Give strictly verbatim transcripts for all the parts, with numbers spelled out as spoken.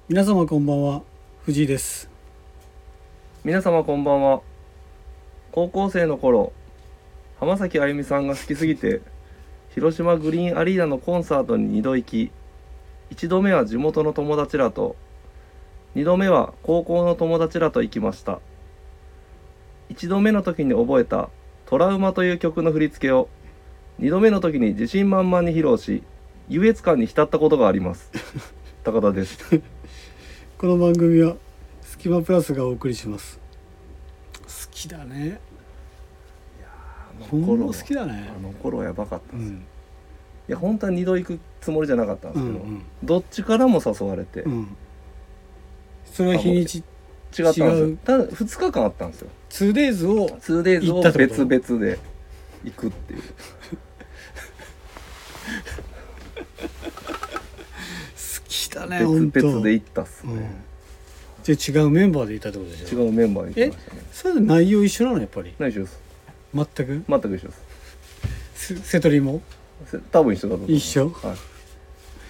皆様こんばんは、藤井です。 皆様こんばんは。高校生の頃、浜崎あゆみさんが好きすぎて広島グリーンアリーナのコンサートににど行き、いちどめは地元の友達らと、にどめは高校の友達らと行きました。いちどめの時に覚えたトラウマという曲の振り付けをにどめの時に自信満々に披露し、優越感に浸ったことがあります。高田ですこの番組はスキマプラスがお送りします。好きだね。ほんま好きだね。 あの頃はやばかったんですよ、 うん、 いや本当はにど行くつもりじゃなかったんですけど、 うんうん、 どっちからも誘われて、 うん、それは日にち違ったんですよ。ただふつかかんあったんですよ。 ツーデイズ をツーデイズ を別々で行くっていう好きだね。 別々で行ったっすね、 うん、じゃあ違うメンバーでいたってことでしょ。 違うメンバーで行きましたね。 え、それで内容一緒なの？やっぱりない一緒です。 全く全く一緒です。 瀬戸りも多分一緒だと思う。 一緒、 はい、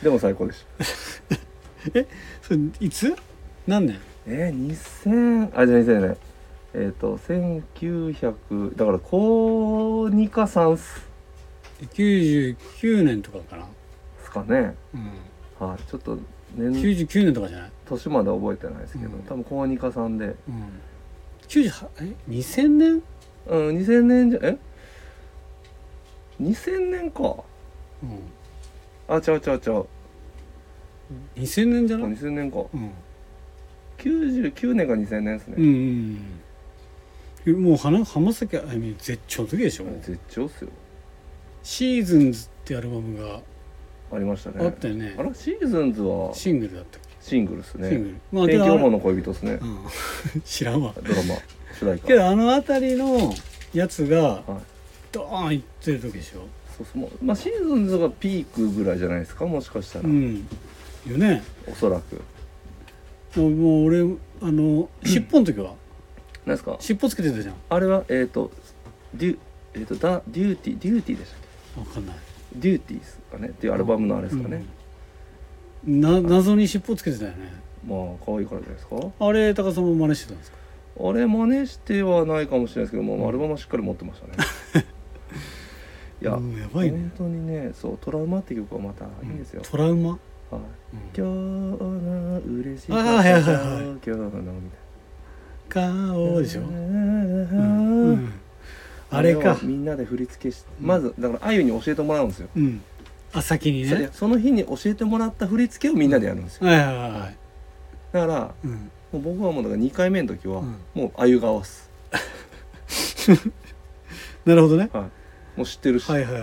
でも最高でしたえ、それいつ何年？ えー、にせんあじゃあにせんねんえっ、ー、とせんきゅうひゃくだから高にかさんっすきゅうじゅうきゅうねんとかかな。 すかね、 うん、 はい、ちょっと年きゅうじゅうきゅうねんとかじゃない？ 年まで覚えてないですけど、 うん、 多分高にかさんで、 うん、きゅうじゅうはちえにせんねん？ うん、にせんねんじゃえにせんねんか、 うん、 あちゃうちゃうちゃうにせんねんじゃない？ にせんねんか、 うん、 きゅうじゅうきゅうねんがにせんねんですね。 うんうん、もう浜崎あゆみ絶頂の時でしょ。 絶頂っすよ。 シーズンズってアルバムがありましたね。 あったよね。 あらシーズンズはシングルだったっけ？ シングルっすね。 シングル、まあ、 天気予報の恋人っすね、 うん、知らんわ。 ドラマ主題歌けどあの辺りのやつが、 はい、 ドーンいってる時でしょ。 そうそう、もうまあ、シーズンズがピークぐらいじゃないですか、もしかしたら、 うんよね。 おそらく。 もう、もう俺あの尻尾の時は何ですか尻尾つけてたじゃん。 あれはえっ、ー、とデュえっ、ー、とダデューティーデューティーでしたっけ？ わかんない。 デューティーですかねっていうアルバムのあれですかね、 うん、な謎に尻尾つけてたよね。 まあ可愛いからじゃないですか。 あれ高さんも真似してたんですか？ あれ真似してはないかもしれないですけども、うん、アルバムはしっかり持ってましたねいや、うん、 やばいね。 本当にね、そうトラウマって曲はまたいいんですよ、 うん、トラウマ、はい、 うん、今日の嬉しいああはいはいはい、 今日のみたいな顔でしょ、うんうん、ああれか。 みんなで振り付けして、うん、まずだからあゆに教えてもらうんですよ、 うん、あ先にね。 そ, その日に教えてもらった振り付けをみんなでやるんですよ、 うん、はいはいはい。 だから、うん、もう僕はもうだからにかいめの時は、うん、もうあゆが合わすなるほどね、 はい、もう知ってるし、 はいはいはい、はい、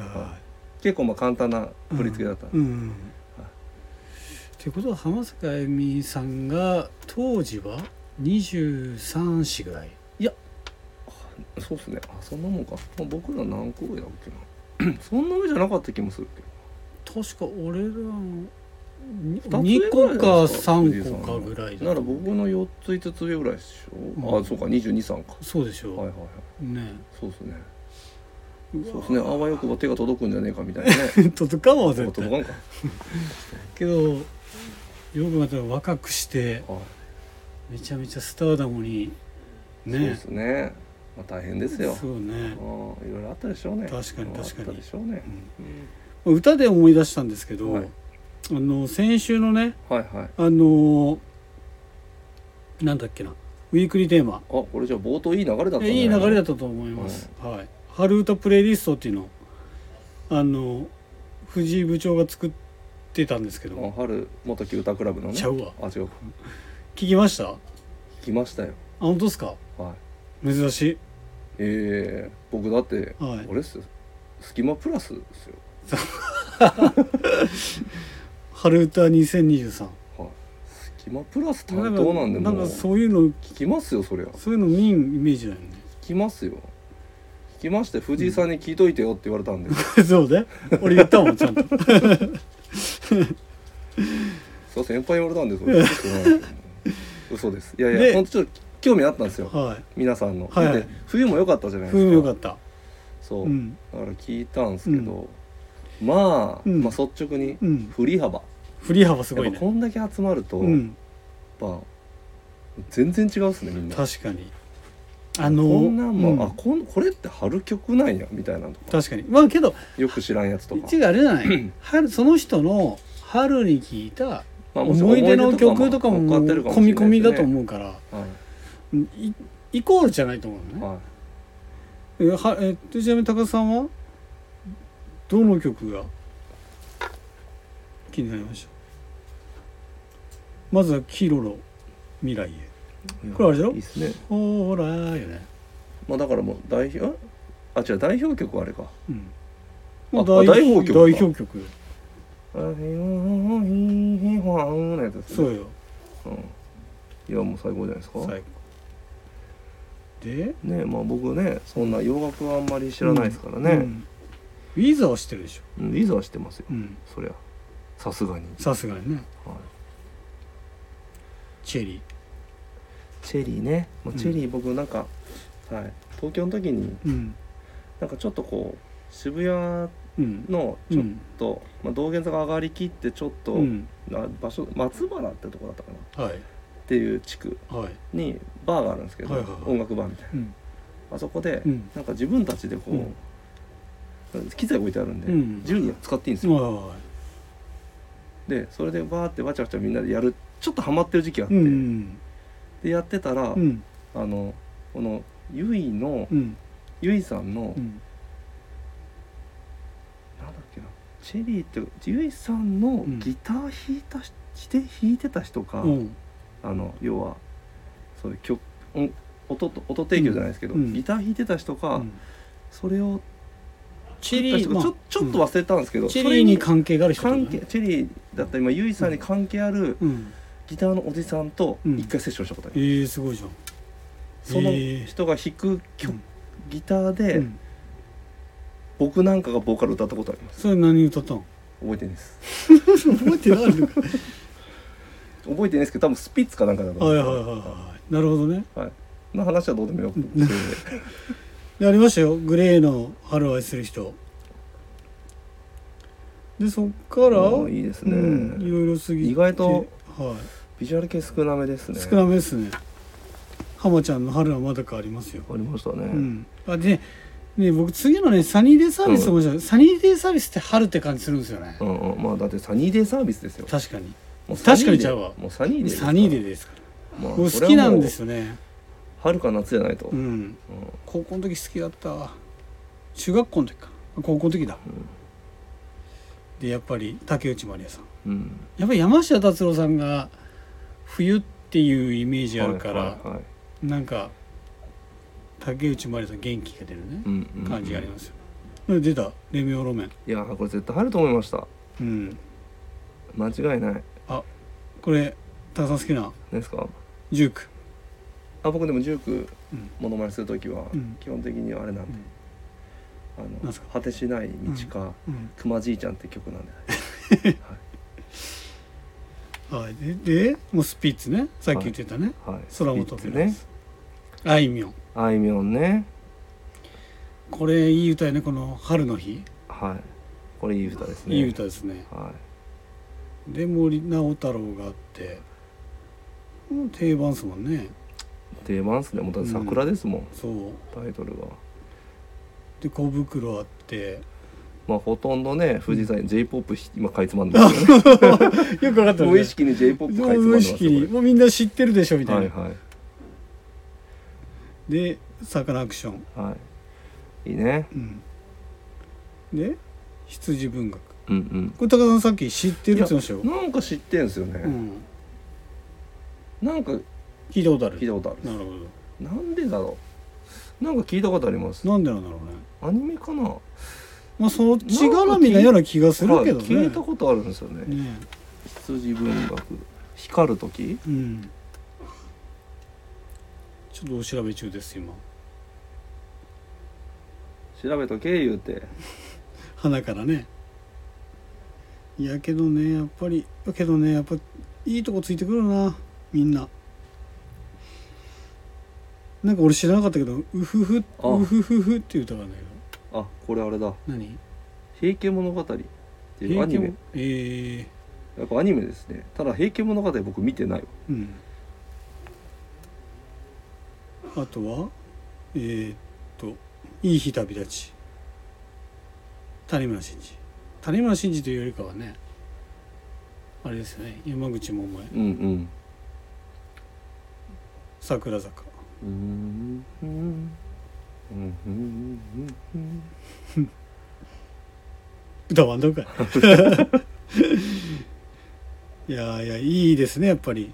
結構まあ簡単な振り付けだったんで、うんうん、はい、 っていうことは浜崎あゆみさんが当時はにじゅうさん、よんぐらい？ いやそうっすね、あそんなもんか、まあ、僕ら何個上だっけなそんな上じゃなかった気もするけど。確か俺らのにこかさんこかぐらいだなら僕のよっついつつ上ぐらいでしょ、うん、あそうかにじゅうに、さんか。 そうでしょう、 はいはいはいね、 そうですね、そうですね、あわよくば手が届くんじゃねえかみたいなね届かんわ絶対届かんかけどよくまた若くして、はい、めちゃめちゃスターダムにね。 そうですね、まあ、大変ですよ。 そうね、 いろいろあったでしょうね。 確かに確かに、 あったでしょうね、 うん、歌で思い出したんですけど、 はい、 あの先週のね、 はいはい、 あのなんだっけな、ウィークリーテーマ、あこれじゃあ冒頭いい流れだったんじゃないの？ いい流れだったと思います、うん、はい、春歌プレイリストっていうのあの藤井部長が作ってたんですけど、 春元木歌クラブのね。 ちゃうわ、 あ違う、 聞きました？ 聞きましたよ。 あ本当ですか？ はい、 珍しい。 えー、僕だって、はい、俺っすスキマプラスですよ春歌にせんにじゅうさん、 はい、スキマプラス担当なんでもなんかそういうの聞きますよ。そりゃそういうの見んイメージだよね。 聞きますよ、聞きまして、藤井さんに聞いといてよって言われたんで、 うん、そうね、俺言ったもんちゃんとそう先輩言われたんで、それ嘘です。いやいや本当ちょっと興味あったんですよ、はい、皆さんの、はいはい、で冬も良かったじゃないですか。 冬も良かった、 そう、うん、だから聞いたんですけど、うん、まあ、うん、まあ率直に振り幅、 振り幅すごいね。 こんだけ集まると、 うん、 ぱ全然違うっすねみんな。 確かにあのこんなんも、 うんあこんこれって春曲なんやみたいなのとか確かにまあけどよく知らんやつとか。 一応あれじゃない春その人の春に聴いたまあもちろん思い出の曲とかも思い出とかも乗っかってるかもし込みれないですね込みだと思うからはいいイコールじゃないと思うのね。 はいえはえっとちなみに高田さんはどの曲が気になりました？まずはキロロ未来へ。これあれだろいいっすね。 ほーらーよね。 まあだからもう代表あ違う代表曲はあれか。 うんあもう代表曲か代表曲あへーへーほわんのやつですね。 そうようん。いやもう最高じゃないですか。 最後でねまあ僕ねそんな洋楽はあんまり知らないですからね。 うんうんウィザーは知ってるでしょ。 うんリザは知ってますよ。 うんそりゃさすがに。 さすがにねはい。 チェリチェリーね。まあチェリー僕なんか、はい東京の時にーうんなんかちょっとこう渋谷うんのちょっと、まあ、道玄坂上がりきってちょっと、 うんな場所松原ってとこだったかなっはいていう地区はいにバーがあるんですけど、 はいはいはい音楽バーみたいな、 うんあそこで、 うんなんか自分たちでこう、機材置いてあるんで、 うん自由に使っていいんですよ、 はでそれでバーってわちゃわちゃみんなでやるちょっとハマってる時期があって、 いうんでやってたら、 うんあのこのゆいの、 うんゆいさんの、 うんなんだっけなチェリーってゆいさんのんギター弾いたしして弾いてた人か、 うんあの要はそういう曲音音と音提供じゃないですけど、 うんギター弾いてた人か、 うんそれをチェリー作った人かちょ,、ちょっと忘れたんですけど、 チェリーに関係がある人だね関係チェリーだった今ゆいさんに関係あるうんギターのおじさんとうん一回セッションしたことあえる、 ーすごいじゃんそのえー人が弾く曲、 うんギターで、 うん僕なんかがボーカル歌ったことあります。 それ何歌ったん覚えてないです覚えてないのか覚えてないですけど多分スピッツかなんかだと思はいはいはいはいなるほどねはいの話はどうでもよくてでありましたよグレーの春を愛する人でそっからああいいですね、 うん、いろいろ過ぎて意外とはビジュアル系少なめですね。 い、少なめですね浜ちゃんの春はまだかありますよ、 ありましたね、 うんあでね僕次のねサニーデイサービス思いました、サニーデイサービスって春って感じするんですよね、 うんうん、まあだってサニーデイサービスですよ。 確かにもうサニーデイ確かにちゃうわもうサニーデイですからサニーデイですからまあ僕それはもう好きなんですよね春か夏じゃないと、 ううんん高校の時好きだったわ中学校の時か高校の時だでやっぱり竹内まりやさんうんやっぱり山下達郎さんが冬っていうイメージあるから、 はいはいはいなんか竹内まりやさん元気が出るね、 うんうん、 感じがありますよで出たレミオロメンいやーこれ絶対春と思いました。 うん間違いない。 これ高田さん好きな何ですか？ ジュークあ僕でもジュークうんモノマネするときはうん基本的にあれなんで、あのなんすか果てしない道か、 うんくまじいちゃんって曲なんで、 はいででもうスピッツねさっき言ってたね、 はい、 空も飛べるスピッツね、 あいみょんあいみょんね、 これいい歌よねこの春の日、 はい、これいい歌ですね。 いい歌ですねはで森直太朗があってもう定番っすもんねい、定番っすね。もうだって桜ですもん、 そうタイトルが。 で小袋あってまあほとんどね富士山 J-ポップ 今かいつまんでますよね。 よく分かったね無意識に J-ポップ かいつまんで無ますよ意識にもうみんな知ってるでしょみたいな、 これはいはいでサカナクション、 はいいいね。 うん、で羊文学うんうんこれ高田さんさっき知ってるって言ってましたよ、 なんか知ってんすよね、 うん、 なんか聞いたことある聞いたことある。 なるほどなんでだろう。なんか聞いたことあります。 なんでなんだろうねアニメかな。 まあそっち絡みなような気がするけどね、 はい、聞いたことあるんですよね。 ね羊文学光る時。 うんちょっとお調べ中です今調べとけ言うて。 花からねいやけどねやっぱりけどねやっぱいいとこついてくるなみんななんか俺知らなかったけど「うふふ」「 あうふふふ」っていう歌があるんだけあこれあれだ。 ど何平家物語っていうアニメ。 えやっぱアニメですね。ただ平家物語僕見てないわ。 ー、うんあとはえー、っといい日旅立ち、谷村新司谷村新司というよりかはねあれですよね、山口百恵、 うんうん桜坂、 うんうんうんうんうん歌わんとかいやいやいいですね、やっぱり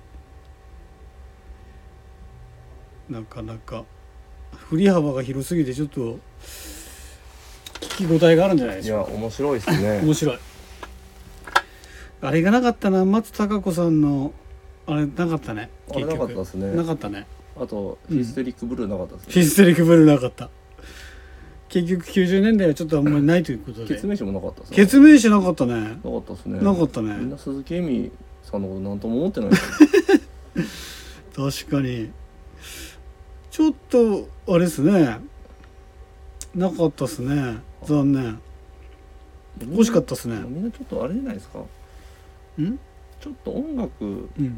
なかなか振り幅が広すぎてちょっと聞き応えがあるんじゃないでいしょうか。 や面白いですね面白い。あれがなかったな、松たか子さんのあれなかったね。 あれなかったですねなかったね。 あとヒステリックブルーなかったですね、 ヒステリックブルーなかった。結局きゅうじゅうねんだいはちょっとあんまりないということで。 ケツメイシもなかったですね。 ケツメイシなかったね。 なかったですね。 なかったね。 みんな鈴木恵美さんのことなんとも思ってないですね。 確かにちょっとあれですね、なかったですね、残念。欲しかったですね。 みんなちょっとあれじゃないですか、 んちょっと音楽うん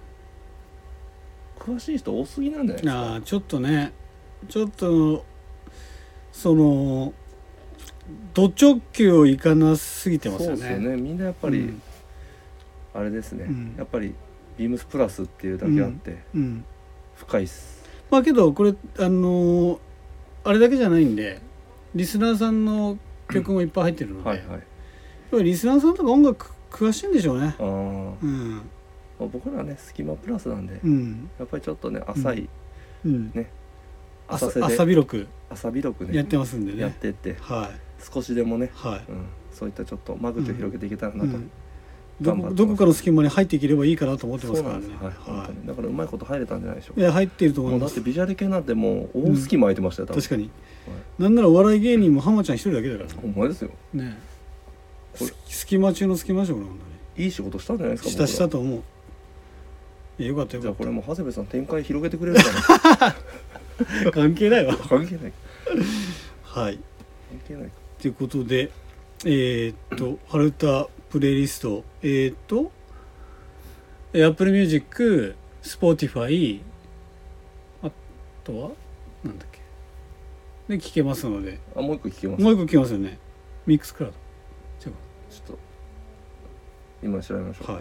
詳しい人多すぎなんじゃないですか。 ああちょっとね、ちょっとそのド直球をいかなすぎてますよね。 そうですよね。みんなやっぱり、 うん、 あれですね、 うんやっぱりビームスプラスっていうだけあって、 うんうん、 深いっす。 まあけどこれあのーあれだけじゃないんで、リスナーさんの曲もいっぱい入ってるので、 はいはい。 やっぱりリスナーさんとか音楽詳しいんでしょうね。 ああ、 うんまあ、僕らねスキマプラスなんで、 うんやっぱりちょっとね浅い、 うんね朝浅瀬で朝広く浅広くねやってますんでね。 やってってはい少しでもね、 はい。 うん、そういったちょっと間口を広げていけたらなと、 うんど頑張ってますどこかの隙間に入っていければいいかなと思ってますからね。 そうなんです、はい本当はにだからうまいこと入れたんじゃないでしょうい。いや入っていると思もいうます。 だってビジュアル系なんてもう大隙間空いてましたよ、多分確かに。 はいなんならお笑い芸人も浜ちゃん一人だけだからほんまですよ。 ね。 これす隙間中の隙間でしょうね、本当に。 いい仕事したんじゃないですか。 したした僕と思う。いやよかったよかっらじゃあこれもう長谷部さん展開広げてくれるかた。関係ないわ。 な関係ないはい。 関係ないか。 ということで、えー、っと、春歌プレイリスト、えー、っと、えー Apple Music、Spotify、あとは、なんだっけ。で、聴けますので、 あもう一個聞けます。 もう一個聴けますよね。ミックスクラウド。違うちょっと今調べましょう。 はい。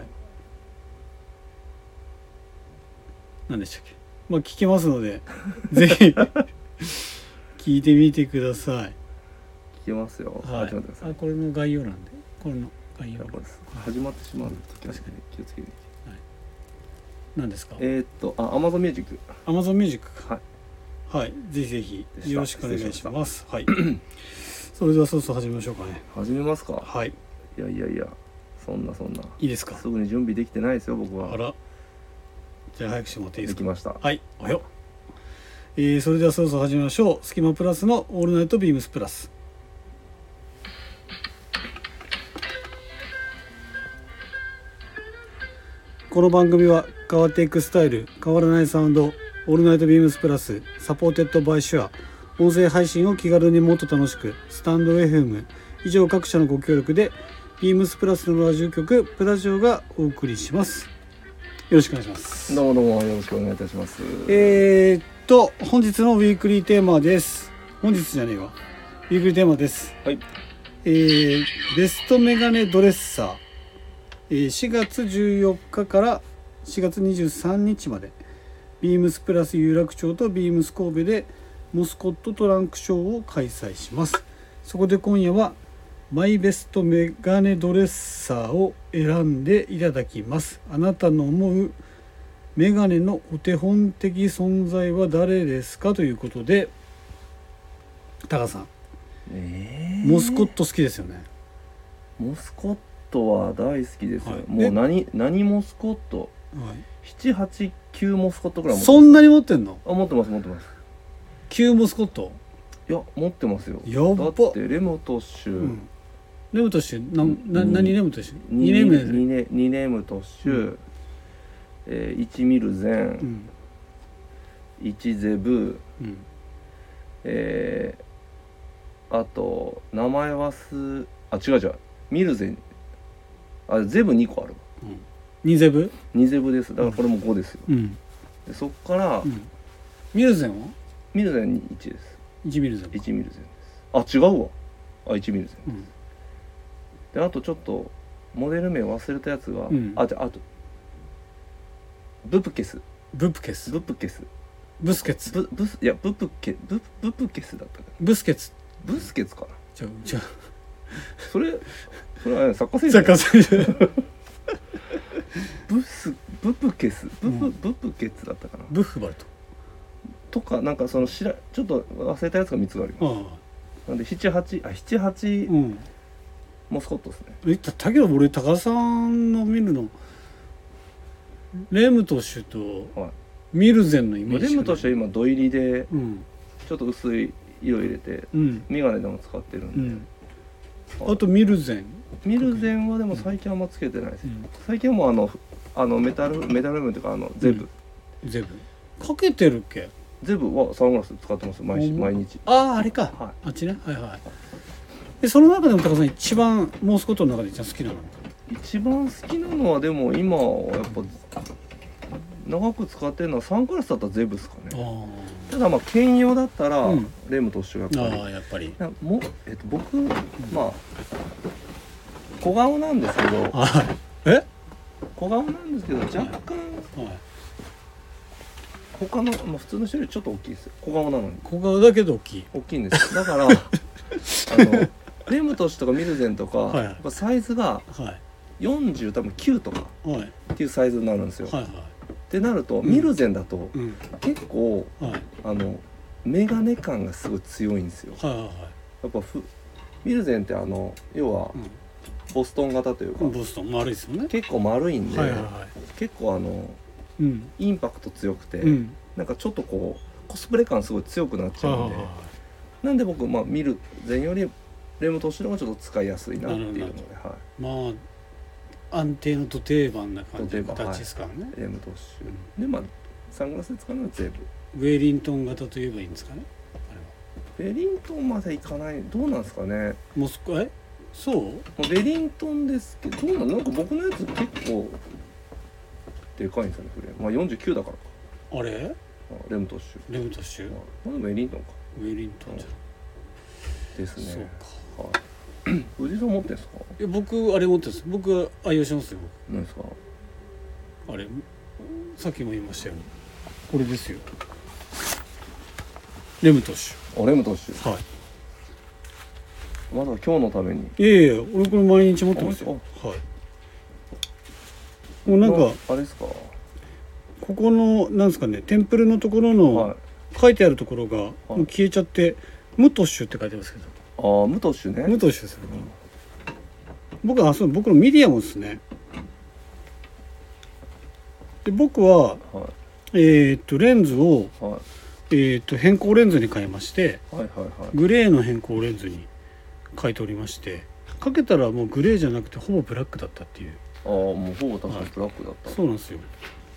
何でしたっけ。まあ、聞けますので、ぜひ、聞いてみてください。 聞けますよ。 はい始まってください。 あ、これの概要欄で、これの概要欄いやこれ始まってしまうんで確かに気をつけて。 何ですか。 えー、っとあ Amazon Music Amazon Music。 はいはい、ぜひぜひでしたよろしくお願いします。はい。それではそろそろ始めましょうかね。 始めますか。 はい、 いやいやいやそんなそんないいですか。 すぐに準備できてないですよ僕は。 あら。じゃあ早くしてもらっていいでか。 ですきました。 はい、おはよう。えー、それではそろそろ始めましょう。スキマプラスのオールナイトビームスプラス。この番組は変わっていくスタイル、変わらないサウンド、オールナイトビームスプラス、サポーテッドバイシュア、音声配信を気軽にもっと楽しく、スタンド エフエム、以上各社のご協力で、ビームスプラスのラジオ局、プラジオがお送りします。よろしくお願いします。 どうもどうもよろしくお願いいたします。 えーっと、本日のウィークリーテーマです。本日じゃねえわ。ウィークリーテーマです。 はい。 えー、ベストメガネドレッサー。えーしがつじゅうよっかからしがつにじゅうさんにちまでビームスプラス有楽町とビームス神戸でモスコットトランクショーを開催します。そこで今夜はマイベストメガネドレッサーを選んでいただきます。あなたの思うメガネのお手本的存在は誰ですかということで、タカさん、 えー、 モスコット好きですよね。 モスコットは大好きですよ、 はいもう何何モスコットはいななはちきゅうモスコットぐらい持ってます。 そんなに持ってんの？ あ持ってます持ってます。 きゅうモスコット？ いや持ってますよ。 やばっ。 だってレムトッシュ、 うんレムトッシュななうん何レムトッシュににネームにねにネームトッシュ、 うんえー、いちミルゼうン、 んいちゼブ、 うんえー、あと名前はすあ違う違うミルゼンあゼブにこあるわ。 にゼブにゼブです。だからこれもごですよ。 うんでそっから、 うんミルゼンはミルゼンにいちです。 いちミルゼンかいちミルゼンです。あ、違うわ。あ、いちミルゼン。 うん、 で、あとちょっとモデル名忘れたやつが、 うん、 あ、じゃあ、あとブプケス。 ブプケスブプケス。 ブスケツブブスいやブプケブブプケスだったかな。 ブスケツブスケツかな。 じゃあじゃあそれそれは、ね、作家サッカ先生。 ーブスブプケスブプ、 うんブプケツだったかな。 ブッフバルトとかなんかその知らちょっと忘れたやつがみっつがあります。 ああなんでななはちあななはちうんモスコットですね。 言っただけど俺高田さんの見るのレム投手とはい。 ミルゼンのイメージレムとしては今土入りでうんちょっと薄い色入れてうんメガネでも使ってるんで、 うんあとミルゼン、 ミルゼンはでも最近あんまつけてないです、 うん、 最近はもうあのあのメタルメタルムというかあのゼブ、 ゼブかけてるっけゼブはサングラス使ってます毎日毎日。 あああれか、 はあっちねはいはいでその中でも高田さん一番モースコットの中で一番好きなの一番好きなのはでも今はやっぱ長く使ってるのはサングラスだったらゼブですかね。 あただまあ兼用だったら、 うんレムと一緒やっあぱりああやっぱりなもえっと僕まあ小顔なんですけどはいえ小顔なんですけど若干はい他の、まあ、普通の人よりちょっと大きいですよ。小顔なのに小顔だけど大きい大きいんですだからあのレムトシとかミルゼンとか、 はいやっぱサイズがはいよんじゅう多分きゅうとかはいっていうサイズになるんですよ、 はいはいってなると、 んミルゼンだとうん結構はいあのメガネ感がすごい強いんですよ。 はいはいやっぱふミルゼンってあの要はボストン型というか、 うんボストン丸いですよね結構丸いんで、 はいはいはい結構あのうんインパクト強くて、 うんなんかちょっとこうコスプレ感すごい強くなっちゃうんで、 はいはいはいなんで僕、まあ、ミルゼンよりレムトシの方がちょっと使いやすいなっていうので、 なるほはまあ安定のど定番な感じのど定番形ですからね、 い、レムトシ、でまあサングラスで使うのは全部ウェリントン型と言えばいいんですかねあれはベリントンまでいかないどうなんですかね。 モスクえそうまあベリントンですけどどうなんなんか僕のやつ結構でかいんですよねフレーム、まあ、よんじゅうきゅうだからかあれあレムトシレムトッシュまあ、でもベリントンかウェリントンじゃですそうね。 かはい藤井さん持ってんすか。 いや僕あれ持ってるんです僕愛用してますよ何ですか。 あれさっきも言いましたようにこれですよレムトッシあレムトシュはいまだ今日のためにいやいや俺これ毎日持ってますよはいもうなんかあれですか。 ここのなんですかねテンプルのところの、 はい書いてあるところがもう消えちゃってムトッシュって書いてますけどああムトシュね。 ムトッシュですよ僕はあそう僕のミディアムですねで僕ははいえーっとレンズを、 はいえーっと変更レンズに変えましてはいはいはい。 グレーの変更レンズに変えておりましてかけたらもうグレーじゃなくてほぼブラックだったっていうああもうほぼ確かにブラックだった。 そうなんですよ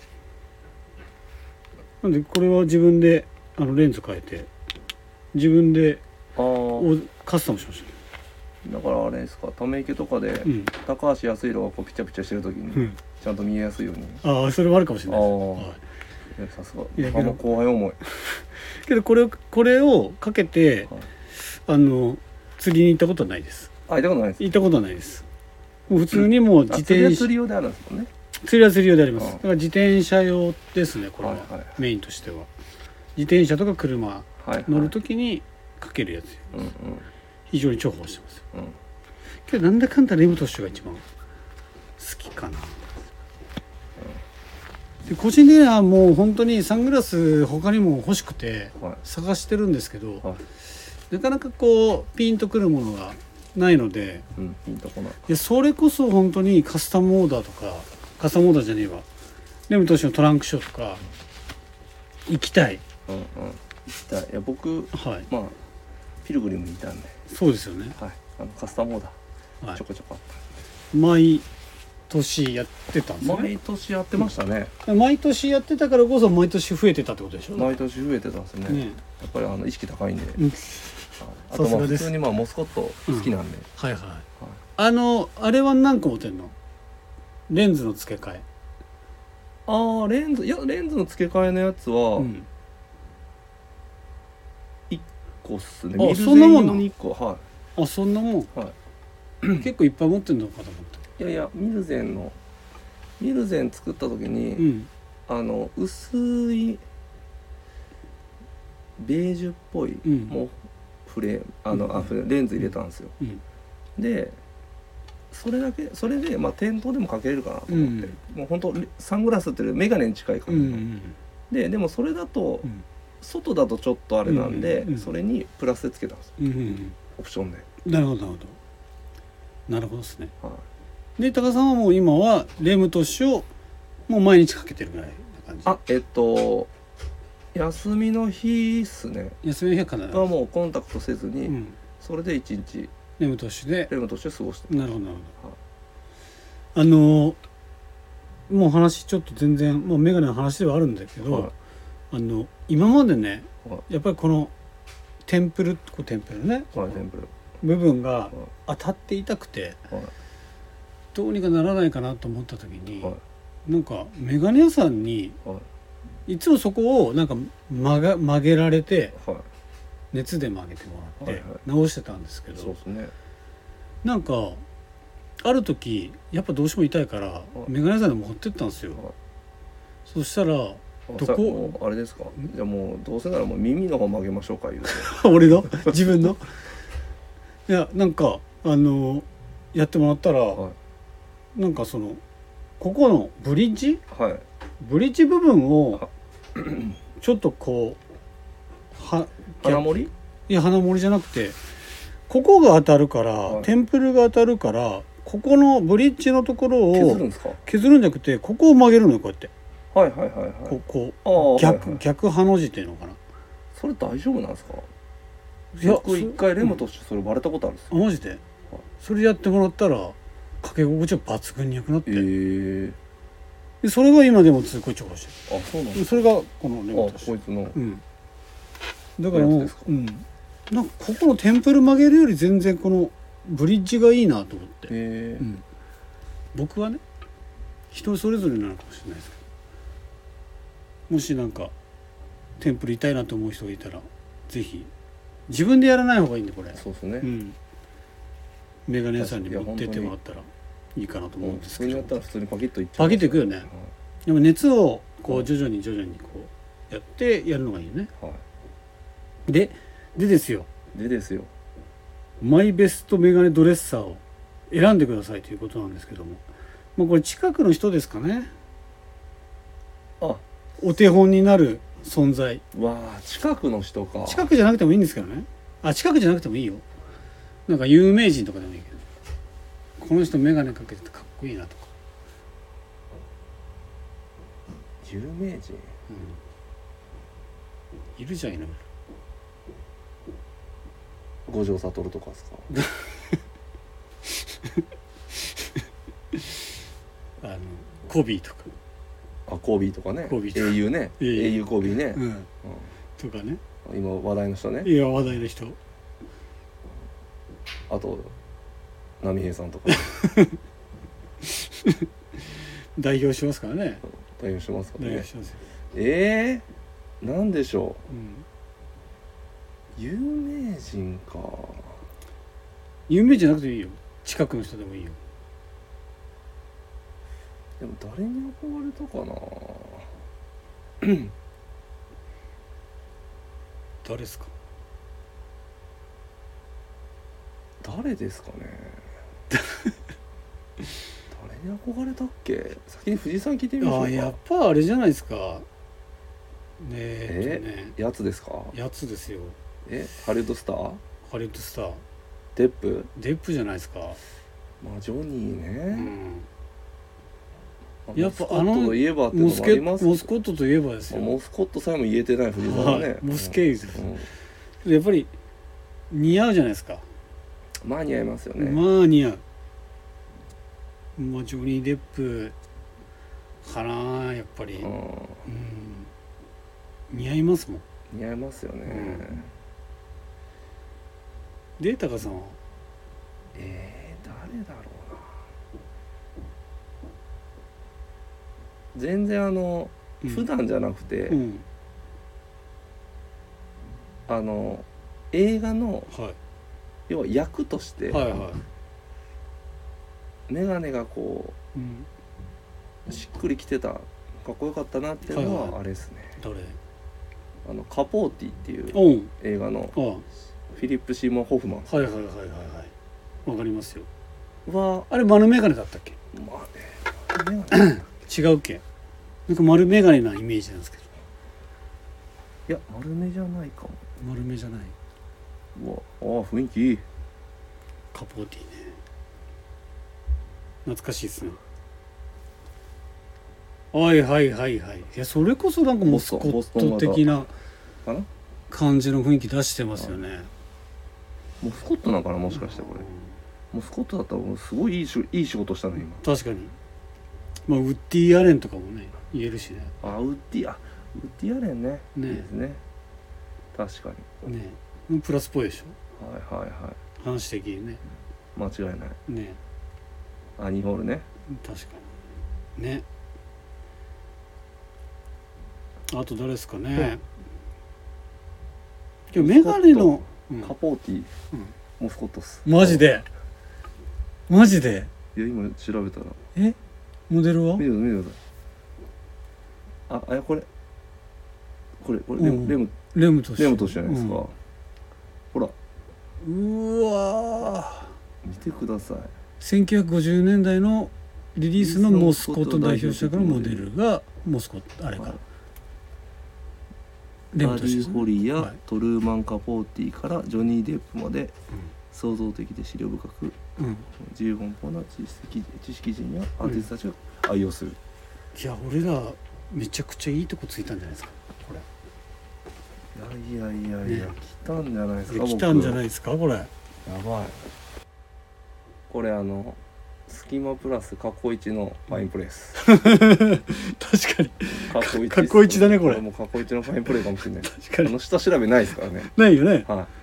なんでこれは自分であのレンズ変えて自分でああおカスタムしましだからあれですかため池とかで、 たうん、 高橋康弘がこうピチャピチャしてる時に、 うん、 ちゃんと見えやすいように。 ああそれはあるかもしれないです、 ああはいいやさすがいやあんま後輩思い。 けどこれをこれをかけてはいあの釣りに行ったことはないですあ行ったことないです。 行ったことはないですもう普通にもう自あ釣りは転車釣り用であるんですもんね。 釣りは釣り用でありますうんだから自転車用ですねこれは、 はいはいメインとしては自転車とか車はいはい乗るときにかけるやつようんうん非常に重宝してますようんけどなんだかんだレムトッシュが一番好きかなで個人的にはもう本当にサングラス他にも欲しくてはい探してるんですけど、 はいなかなかこうピンとくるものがないのでうんピンとこない。 いやそれこそ本当にカスタムオーダーとかカスタムオーダーじゃねえわレムトッシュのトランクショーとか行きたいうんうん行きたい。いや僕はいまあピルグリムにいたんで、 そうですよね、 はいあのカスタムオーダはーちょこちょこあっい、毎年やってたんですた。 よね毎年やってましたね。 毎年やってたからこそ毎年増えてたってことでしょ毎年増えてたんですね。 ねやっぱりあの意識高いんで。 うんあとまあ普さすがです通にまあモスコット好きなんで。 はいはいはいあのあれは何個持ってんのレンズの付け替えああレンズいやレンズの付け替えのやつは、 うん個っすね。 あミルゼそんなもんなン用にいっこ。はあそんなもんい、は結構いっぱい持ってんのかと思ったい、いやいやミルゼンのミルゼン作った時に、 うんあの薄いベージュっぽい、 うんもうフレームあの、 うんあフレームレンズ入れたんですよ。 うんでそれだけそれでまあ店頭でもかけれるかなと思って、 うんもう本当サングラスっていうメガネに近い感じの、 うんうんででもそれだと、 うん外だとちょっとあれなんで、 うんうんうんそれにプラスでつけたんですよ、 うんうんオプションで。 なるほどなるほどなるほどですね。 はい、 で高さんはもう今はレムトッシュをもう毎日かけてるぐらいな感じ。 あえっと休みの日っすね休みの日は必ずはもうコンタクトせずに、 うんそれで一日レムトッシュでレムとして過ごしてなるほどなるほはいど。あのもう話ちょっと全然もうメガネの話ではあるんだけど、 はいあの今までねはやっぱりこのテンプルこうテンプルね、 い、はい、テンプル部分が当たって痛くてはいどうにかならないかなと思った時に、 はいなんかメガネ屋さんにはいいつもそこをなんか曲が曲げられてはい熱で曲げてもらってはいはい直してたんですけど、 そうですね。 なんかある時やっぱどうしても痛いからいメガネ屋さんに持ってったんですよ。 はいそしたらあどこさもうあれですか。じゃあもうどうせならもう耳の方曲げましょうか言うて。 俺の自分のいやなんかあのやってもらったら、 はなんかそのここのブリッジいはいブリッジ部分をちょっとこうは花盛りいや花盛りじゃなくてここが当たるから、 はいテンプルが当たるからここのブリッジのところを削るんですか。 削るんじゃなくてここを曲げるのよこうやって、 はいはいはいはい。 こうこああう逆、 はいはい逆ハの字っていうのかな。 それ大丈夫なんですか。 いや僕一回レムとしてそれバレたことあるんですよ。 あマジでそれやってもらったらかけ心地は抜群に良くなって、 ええでそれが今でも通行ちょこしてあそうなんる。 ですそれがこのレか。あモトこいつの。 うんだからもうやつですかうんなんかここのテンプル曲げるより全然このブリッジがいいなと思って、 ええうん、僕はね人それぞれなのかもしれないですけど、もしなんかテンプル痛いなと思う人がいたらぜひ自分でやらない方がいいんでこれ、 そうですね。 うん、メガネ屋さんに持ってってもらったらいいかなと思うもうん普ですけど、 通にやったら普通にパキッといっちゃう。 パキッといくよねはでも熱をこはいう徐々に徐々にこうやってやるのがいいよね。 いはででですよい。でですよ。 マイベストメガネドレッサーを選んでくださいということなんですけども、まあ、これ近くの人ですかね。 あお手本になる存在。 わあ近くの人か。 近くじゃなくてもいいんですけどね。あ近くじゃなくてもいいよ。なんか有名人とかでもいいけど、この人メガネかけててかっこいいなとか、 有名人。 うん、いるじゃんいろいろ。 五条悟とかですか。 あのコビーとか、 あコービーとかね。 コービーとか英雄ね。 英雄英雄コービーね。 うん、 うんとかね。 今話題の人ね。 いや話題の人。 あと波平さんとか代表しますからね。 代表しますからね代表。しますよ。 えー、なんでしょうん、 う。有名人か。 有名じゃなくていいよ。近くの人でもいいよ。 でも誰に憧れたかな。 誰ですか。 誰ですかね。誰に憧れたっけ。先に藤井さん聞いてみましょうか。 あやっぱあれじゃないですか。ねえー、っとねやつですか。 やつですよ。 えハリウッドスター。 ハリウッドスターデップ。 デップじゃないですか。 まあジョニーうね、 ん、 まあやっぱモスコットといえばっていうのモスケもありますモスコットといえばですよ。 モスコットさえも言えてない藤井さんはね、 はいモスケイズうんやっぱり似合うじゃないですか。 まあ似合いますよね、 まあ似合う。まあジョニー・デップかなやっぱり、 ううんん、似合いますもん。 似合いますよね、 で高さんはえー、誰だろうな。全然あの、 うん普段じゃなくて、 うんあの映画のはい要は役として、 はいはい、 メガネがこうん、 うしっくりきてた、かっこよかったなっていうのはいははいあれですね、 誰？ あのカポーティっていうおん映画のああ、はいフィリップ・シーモア・ホフマンはいはいはいはいはいわかりますよ。 はあれ丸メガネだったっけ？ まあね、メガネ違うっけ？なんか丸メガネなイメージなんですけど。 いや丸目じゃないかも。 丸目じゃない。 うわあ雰囲気いい。 カポーティね、懐かしいですね。はいはいはいはい。いやそれこそなんかモスコット的なかな感じの雰囲気出してますよね。 モスコットなんかな、もしかしてこれモスコットだったらもうすごいいいしいい仕事したね今。 確かに。まあウッディ・アレンとかもね言えるしね。 あウッディあウッディアレンねねいいですね、確かにねプラスっぽいでしょ、 はいはいはい、 話的にね。 間違いない。 ねアニーホールね。 確かにね。あと誰ですかね。今日メガネの、うん、 カポーティ、 うん、 モスコットっす。 マジでマジでいや今調べたらえモデルは見てください見てください。ああやこれこれこれレム、うん、レムレムトシレムトシじゃないですか、うん、ほらうわ見てください。 せんきゅうひゃくごじゅうねんだいのリリースのモスコット代表者からモデルがモスコットあれか、はい、 レムトシですね。バディ・ホリーや、はい、トルーマン・カポーティからジョニー・デップまで、うん、創造的で資料深く、うん、自由奔放な知識、知識人やアーティストたちが愛用する、 うん、いや俺らめちゃくちゃいいとこついたんじゃないですかこれ。 いやいやいやいや、ね、来たんじゃないですか。 来たんじゃないですかこれ。やばい。これあのスキマプラス過去一のファインプレース確かに過去一だねこれ。 もう過去一のファインプレーかもしれない。 確かに。 あの下調べないですからね。 ないよね、 はい、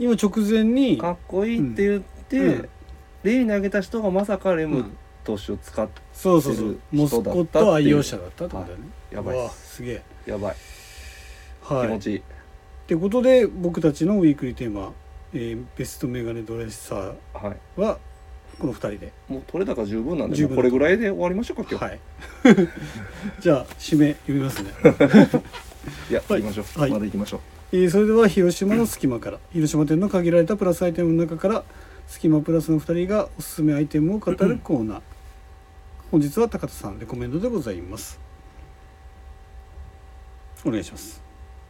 今直前にかっこいいって言って、うん、例に挙げた人がまさかレム投手を使ってる人だったっていう、そうそうそうモスコット愛用者だったってことだよね、 はい、やばいっす。 すげえやばい、 はい、 気持ちいい。 ってことで僕たちのウィークリーテーマ、えー、ベストメガネドレッサーは、はい、このふたりでもう取れ高十分なんでこれぐらいで終わりましょうか今日。はいじゃあ締め読みますねいや、はい、行きましょう、はい、まだ行きましょう。 えー、それでは広島の隙間から広島店の限られたプラスアイテムの中から隙間プラスのふたりがおすすめアイテムを語るコーナー本日は高田さんレコメンドでございます。お願いします。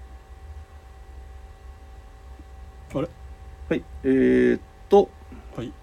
あれはいえー、っとはい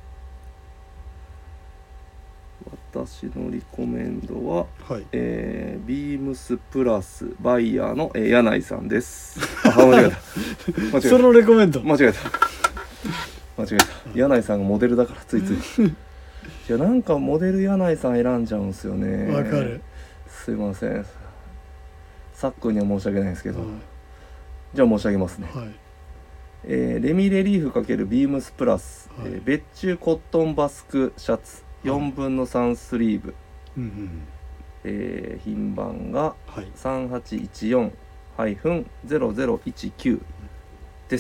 私のリコメンドは、 はいえー、ビームスプラスバイヤーの、えー、柳井さんです。あ間違えた間違えたそのレコメンド間違えた間違えた柳井さんがモデルだからついついいやなんかモデル柳井さん選んじゃうんですよね。 わかる。 すいませんさっくんには申し訳ないんですけど、 はい、 じゃあ申し上げますね、 はいえー、レミレリーフ×ビームスプラス、はいえー、別注コットンバスクシャツよんぶんのさんスリーブ、 うんうんえー、品番が さんはちいちよんゼロゼロいちきゅう です、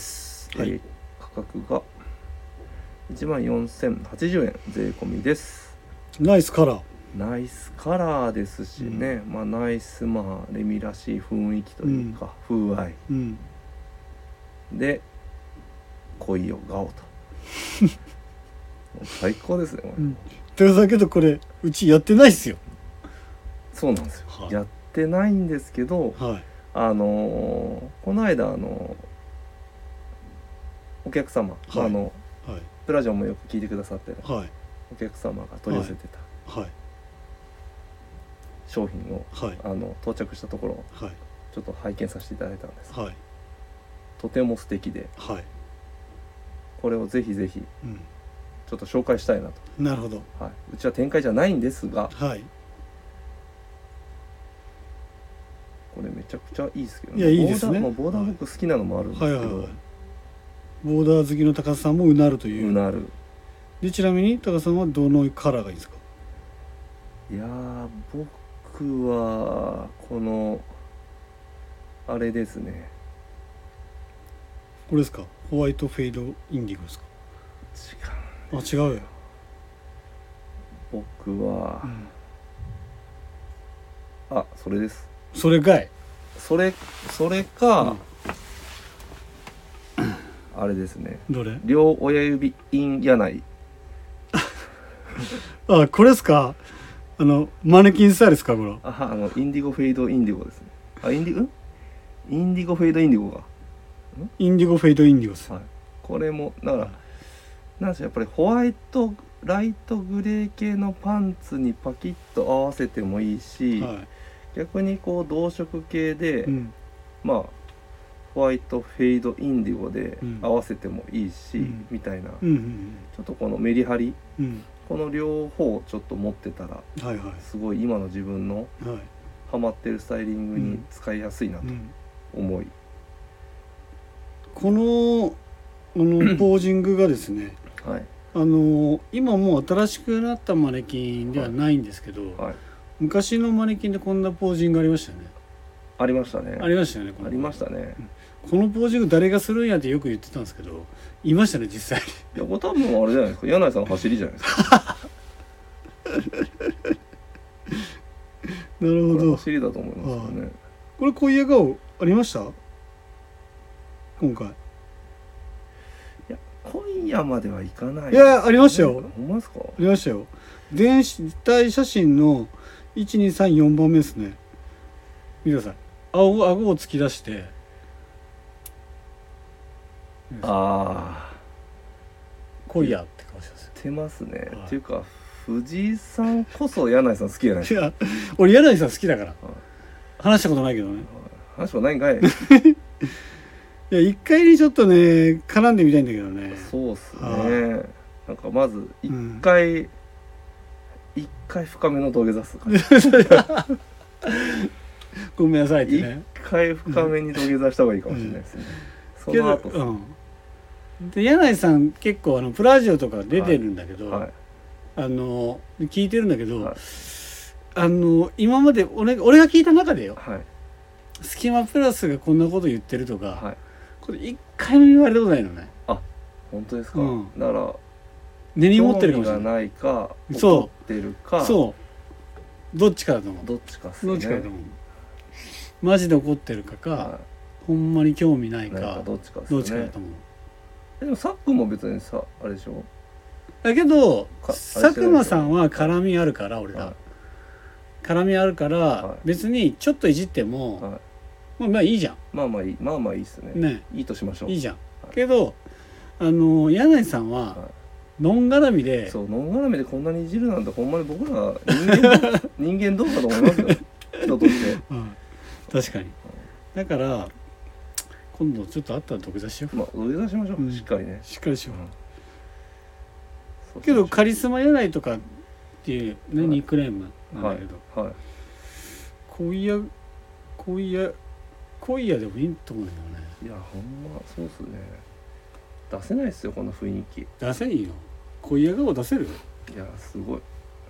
はいえー、価格がいちまんよんせんはちじゅうえん税込みです。 ナイスカラーナイスカラーですしね、うん、まあナイスまあレミらしい雰囲気というか、うん、風合い、うん、で恋よガオと最高ですねこれ、うん、 だけどこれうちやってないっすよ。 そうなんですよ、はい、やってないんですけど、はい、あのー、この間あのー、お客様、はい、あの、はい、プラジオもよく聞いてくださってる、はい、お客様が取り寄せてた、はい、商品を、はい、あの到着したところを、はい、ちょっと拝見させていただいたんです、はい、とても素敵で、はい、これをぜひぜひ、うん、ちょっと紹介したいなと。 なるほど、 はい、うちは展開じゃないんですが、 はい、 これめちゃくちゃいいですけど、ね、 いやいいですね。 ボーダー、ボーダー僕好きなのもあるんですけど、はいはいはいはい、 ボーダー好きの高さんもうなるという。 うなる。 でちなみに高さんはどのカラーがいいですか？ いや僕はこのあれですね、 これですか？ホワイトフェイドインディゴですか？ 違う。 あ、違うよ。 僕は、うん、あ、それです。 それかい。 それそれか、うん、あれですね。 どれ？ 両親指イン柳井。 あ、これですか？あのマネキンスタイルですか？これ。 あ、あのインディゴフェイドインディゴですね。あ、インディゴ、んインディゴフェイドインディゴが。 インディゴフェイドインディゴです。 はい。これもだから、はい、なんでしょう、やっぱりホワイトライトグレー系のパンツにパキッと合わせてもいいし、はい、逆にこう同色系で、うん、まあホワイトフェイドインディゴで合わせてもいいし、うん、みたいな、うんうんうん、ちょっとこのメリハリ、うん、この両方ちょっと持ってたら、はいはい、すごい今の自分のハマってるスタイリングに使いやすいなと思い、うん、 このあのポージングがですね、はい、あの今もう新しくなったマネキンではないんですけど、はいはい、昔のマネキンでこんなポージングありましたよね。 ありましたね。 ありましたよね。 ありましたね。 このポージング誰がするんやってよく言ってたんですけど、いましたね実際に。 いや、これ多分あれじゃないですか。柳井さんの走りじゃないですか。 なるほど。 走りだと思いますよね。 これ小屋顔ありました？今回。 今夜まではいかない、ね。 いや、ありましたよ。 ほんまですか？ ありましたよ。全体写真のいち、に、さん、よんばんめですね。見てください。顎、顎を突き出して。 ああ。 濃いやって顔してます。 てますね。はい、っていうか、藤井さんこそ柳井さん好きじゃないですか。 いや、俺柳井さん好きだから。はい、話したことないけどね。 話したことないんかい。 いや、一回にちょっとね絡んでみたいんだけどね。 そうっすね。なんかまず一回、うん、一回深めの土下座するからごめんなさいってね。 一回深めに土下座した方がいいかもしれないですね、うん、その後、 うん、で柳井さん結構あのプラジオとか出てるんだけど、はいはい、あの聞いてるんだけど、はい、あの今まで俺、俺が聞いた中でよ、はい、スキマプラスがこんなこと言ってるとか、はい、これ一回も言われたことないのね。 あ、本当ですか。うん、だから根に持ってるかもしれない。 興味がないか、怒ってるか、 そうどっちかだと思う。 どっちかっすね。 どっちかだと思う。マジで怒ってるかか、はい、ほんまに興味ないか、 かどっちかっすね。 どっちかだと思う。 でもサックも別にさあれでしょ。 だけど佐久間さんは絡みあるから、俺ら、はい、絡みあるから、はい、別にちょっといじっても、はい、まあまあいいじゃん。 まあまあいい、まあまあいいっすね。ね、いいとしましょう。 いいじゃん。はい、けどあの柳井さんは、はい、ノン絡みで、 そうノン絡みでこんなにいじるなんてほんまに僕ら人間人間どうかと思いますよ。人として、 うん。確かに。だから今度ちょっとあったら土下座しよう。 まあ土下座しましょう。うん、しっかりね。 しっかりしよう。うん、けどカリスマ柳井とかっていうね、はい、ニックネームなんだけど、はいはい、恋や恋や恋やでもいいと思うんだよね。 いやほんまそうっすね。出せないっすよこの雰囲気。 出せんよ。恋や顔出せる？ いやすごい。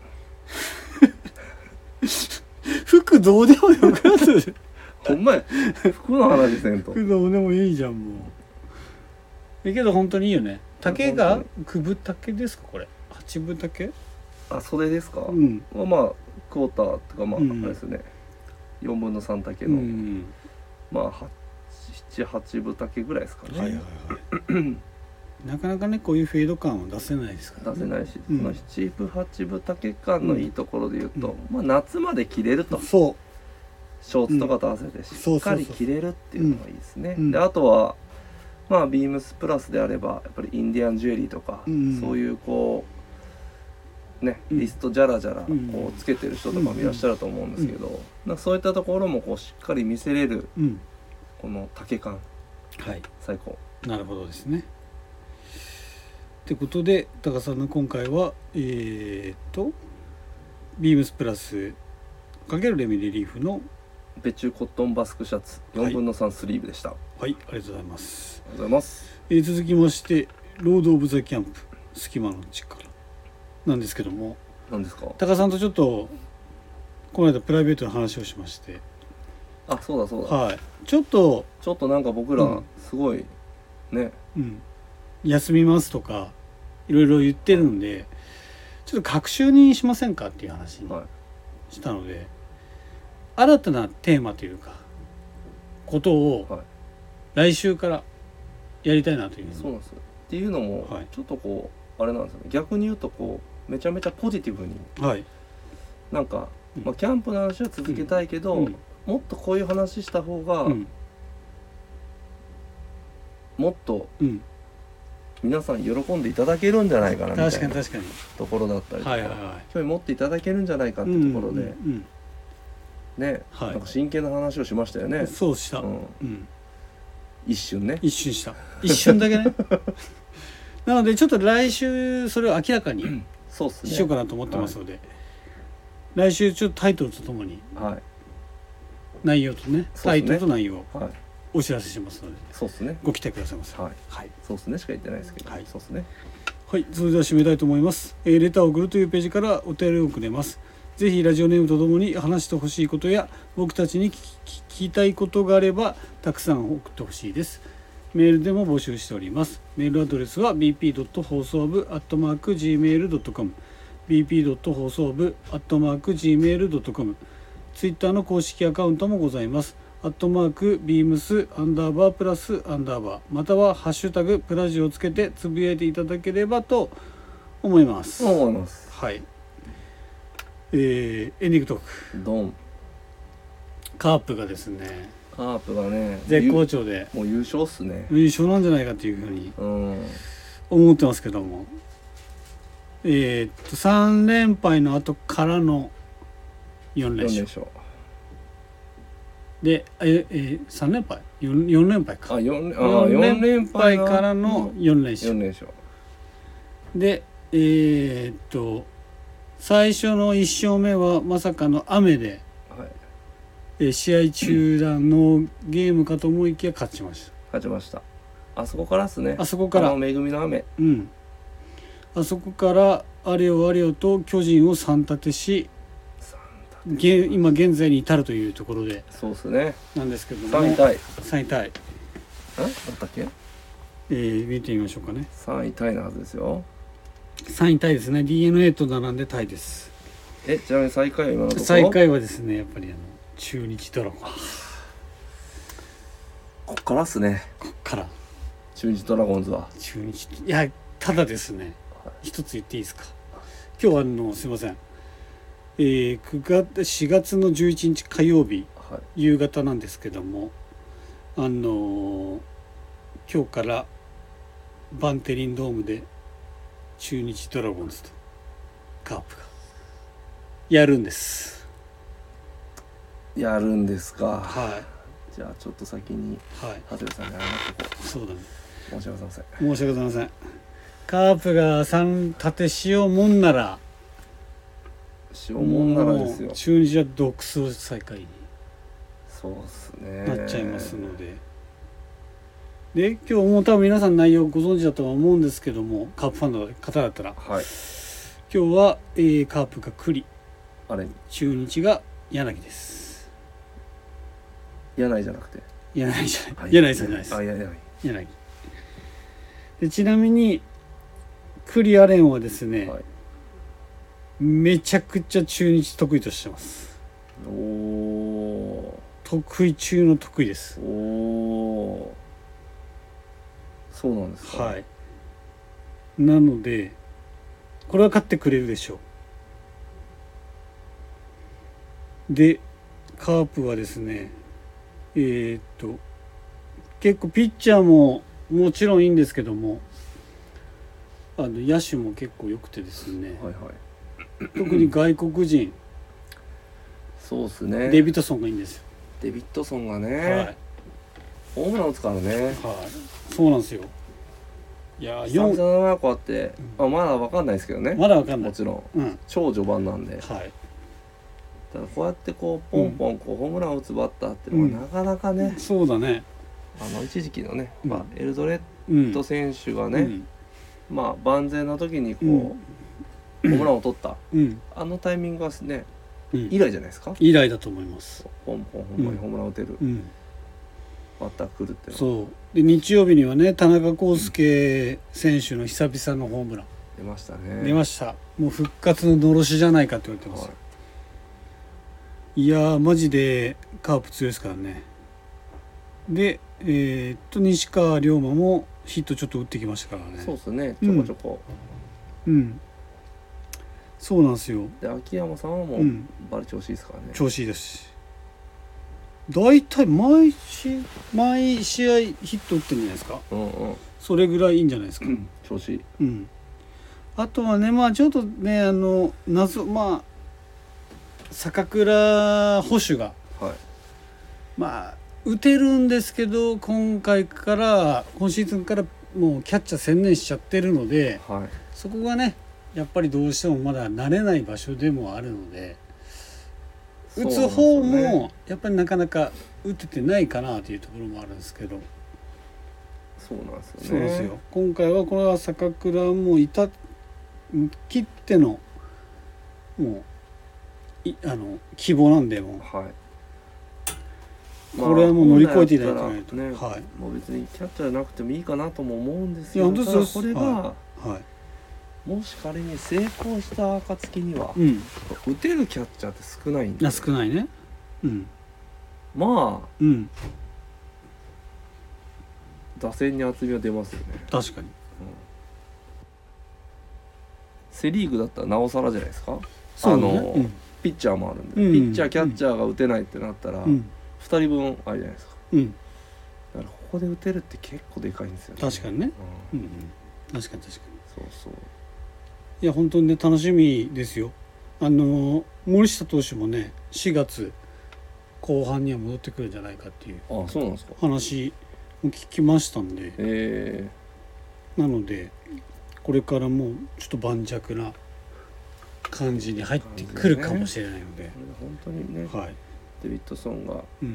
服どうでもよくなってる。 ほんまや。服の話せんと。 服どうでもいいじゃんもう。えけど本当にいいよね。丈が九分丈ですかこれ？八分丈？ あ、袖ですか？ うん。 まあまあクォーターとかまあ、うん、あれですね。四分の三丈の、うん、まあ七八分丈ぐらいですかね。はいはいはい。 なかなかねこういうフェード感は出せないですからね。出せないし、うん、その七分八分丈感のいいところで言うと、うん、まあ夏まで着れると。 そう。 ショーツとかと合わせてしっかり着れるっていうのがいいですね。 うん、 であとはまあビームスプラスであればやっぱりインディアンジュエリーとか、うん、そういうこうねリストジャラジャラこうつけてる人とかもいらっしゃると思うんですけど、うん、そういったところもこうしっかり見せれる、うん、この丈感、はい、最高。 なるほどですね。ってことでタカさんの今回はえー、っとビームスプラス×レミレリーフの別注コットンバスクシャツよんぶんのさんスリーブでした。 はい、はい、ありがとうございます。 ありがとうございます。 えー、続きましてロード・オブ・ザ・キャンプ隙間の力なんですけども、 何ですか？ タカさんとちょっとこの間プライベートの話をしまして。 あ、そうだそうだ。 はい。ちょっとちょっとなんか僕らすごいね、 うん、休みますとかいろいろ言ってるんで、ちょっと隔週にしませんかっていう話にしたので、はい、新たなテーマというかことを来週からやりたいなというふうに。 そうなんですよ。っていうのも、はい、ちょっとこうあれなんですよね、逆に言うとこうめちゃめちゃポジティブに、はい、なんか、まあ、キャンプの話は続けたいけど、うんうん、もっとこういう話した方が、うん、もっと皆さん喜んでいただけるんじゃないかなみたいなところだったりとか、はいはいはい、興味持っていただけるんじゃないかってところで、うんうんうん、ね、はい、なんか真剣な話をしましたよね。 そうした、 うんうん、一瞬ね一瞬した一瞬だけねなのでちょっと来週それを明らかにしようかなと思ってますので、はい、来週ちょっとタイトルとともに内容とね、はい、タイトルと内容をお知らせしますので、 そうですね、 ご期待くださいませ。 はい、はい、そうですねしか言ってないですけど、はい、そうですね。 はい、それでは締めたいと思います。えー、レターを送るというページからお便りを送れます。ぜひラジオネームとともに話してほしいことや僕たちに聞き、聞きたいことがあればたくさん送ってほしいです。メールでも募集しております。メールアドレスは ビーピー 放送部 アットマーク ジーメール ドットコム ビーピー 放送部 アットマーク ジーメール ドットコム。 ツイッターの公式アカウントもございます。アットマークビームスアンダーバープラスアンダーバーまたはハッシュタグプラジをつけてつぶやいていただければと思います。 思います。 はい。えー、エンディングトークドン。 カープがですね、 カープがね絶好調でもう優勝っすね。 優勝なんじゃないかというふうに思ってますけども、えー、っとさん連敗の後からのよん連勝で、ええさん連敗 4, 4連敗かあ 4, あ4連敗からのよん連勝、 よん連勝で、えー、っと最初のいち勝目はまさかの雨で、はい、え試合中断のゲームかと思いきや勝ちました。 勝ちました。あそこからですね。 あそこからあの恵みの雨、 うん、あそこからあれよあれよと巨人をさん立てし今現在に至るというところで、 そうですね、 なんですけどもさんいタイさんいタイあったっけ、 えー、見てみましょうかね。 さんいタイなはずですよ。 さんいタイですね。 ディーエヌエー と並んでタイです。 えちなみに最下位は今のところ最下位はですねやっぱりあの中日ドラゴンです。 こっからっすね。 こっから中日ドラゴンズは中日いやただですね、はい、一つ言っていいですか。今日はあのすいませんえー、くがつしがつのじゅういちにち火曜日、はい、夕方なんですけども、あのー、今日からバンテリンドームで中日ドラゴンズとカープがやるんです。 やるんですか。 はい。 じゃあちょっと先に長谷部さんに謝ってこう。 そうだね。 申し訳ございません。 申し訳ございません。カープがさん立てしようもんならしようもんならですよ。 中日は独走最下位にそうっすねなっちゃいますので、で今日も多分皆さん内容ご存知だとは思うんですけども、カープファンの方だったら、 はい、 今日は、えー、カープが栗、 あれ中日が柳です。 柳じゃなくて柳じゃない、柳さんじゃないです。 あ柳柳で、ちなみに栗アレンはですね、はい、めちゃくちゃ中日得意としてます。 おお、 得意中の得意です。 おお、そうなんですか。 はい。なのでこれは勝ってくれるでしょう。でカープはですねえー、っと結構ピッチャーももちろんいいんですけども、あの野手も結構良くてですね、 はいはい、 特に外国人そうですね、 デビッドソンがいいんですよ。 デビッドソンがね、 はい、 ホームラン打つからね、はい、 そうなんですよ。いやーよん さんななこあって、うん、あまだ分かんないですけどね、 まだ分かんない、 もちろん、 うん、 超序盤なんで、はい、ただこうやってこうポンポンこうホームラン打つバッターっていうのはなかなかね、 うん、そうだね、 あの一時期のね、うん、まあ、エルドレッド選手がね、うん、まあ万全な時にこう、うん、ホームランを取った、うん、あのタイミングはね、うん、以来じゃないですか。 以来だと思います。 ポンポンほんまにホームラン打てる、 うんうん、 バッター来るってのはそうで日曜日にはね田中康介選手の久々のホームラン出ましたね。 出ました。もう復活ののろしじゃないかって言われてますよ、 はい、 いやーマジでカープ強いですからね。でえー、っと西川龍馬もヒットちょっと打ってきましたからね。 そうですね、ちょこちょこ、 うん、うん、そうなんですよ。 で秋山さんはもう、 うん、 バリ調子いいですからね。 調子いいですし大体毎試毎試合ヒット打ってるんじゃないですか。 うんうん、 それぐらいいいんじゃないですか、うん、 調子いい、 うん、あとはねまあちょっとねあの謎まあ坂倉捕手が、 はい、 まあ打てるんですけど今回から今シーズンからもうキャッチャー専念しちゃってるので、 はい、 そこがねやっぱりどうしてもまだ慣れない場所でもあるので打つ方もやっぱりなかなか打ててないかなというところもあるんですけど、 そうなんですよね。 そうですよ。今回はこれは坂倉もいた切ってのもういあの希望なんでもう、 はい、 これはもう乗り越えていただかないと、 ね、 はい、 もう別にキャッチャーじゃなくてもいいかなとも思うんですよ。 いや本当ですこれが、 はいはい、 もし仮に成功した暁には、 うん、 打てるキャッチャーって少ないんで、 少ないね、うん、 まあ、 うん、 打線に厚みは出ますよね。 確かに、うん、 セリーグだったらなおさらじゃないですか。 そうね、 あの、うん、ピッチャーもあるんで、うん、ピッチャーキャッチャーが打てないってなったら、うん、ふたりぶんあるじゃないですか、うん、だからここで打てるって結構でかいんですよね。 確かにね、うんうん、確かに確かにそうそう、 いや本当にね楽しみですよ。あの森下投手もねしがつこう半には戻ってくるんじゃないかっていうああそうなんですか話も聞きましたんで、 えー、なのでこれからもうちょっと盤石な感じに入ってくるかもしれないので、 ね、本当にね、はい、デビッドソンが、うん、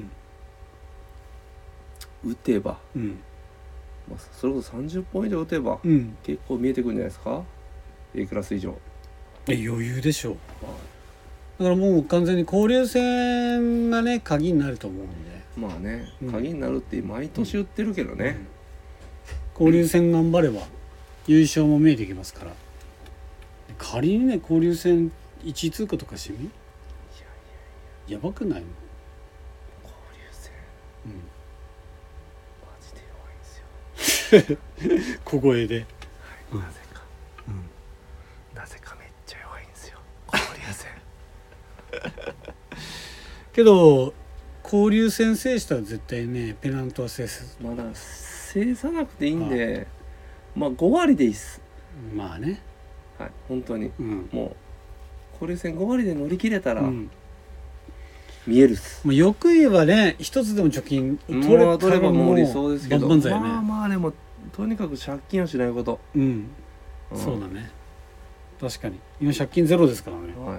打てば、うんまあ、それこそさんじゅっぽん以上打てば、うん、結構見えてくるんじゃないですか A クラス以上。 え余裕でしょう、はい、だからもう完全に交流戦がね鍵になると思うんで、 まあね、うん、鍵になるって毎年言ってるけどね、 うん、交流戦頑張れば優勝も見えてきますから。仮にね交流戦いちい通過とかしてみ、いやいややばくないの交流戦、うん、マジで弱いんですよ小声で、 はい、なぜか、うん、なぜかめっちゃ弱いんですよ交流戦けど交流戦制したら絶対ねペナントは制すまだ制さなくていいんで、まあご割でいいっす。 まあね、 はい、本当に、うん、もう交流戦ご割で乗り切れたら、うん、見えるっす。 もうよく言えばね一つでも貯金取れたらもうもう理想ですけど、 万々歳ね、 まあまあでもとにかく借金をしないこと、 うん、うん、そうだね確かに今借金ゼロですからね、はい、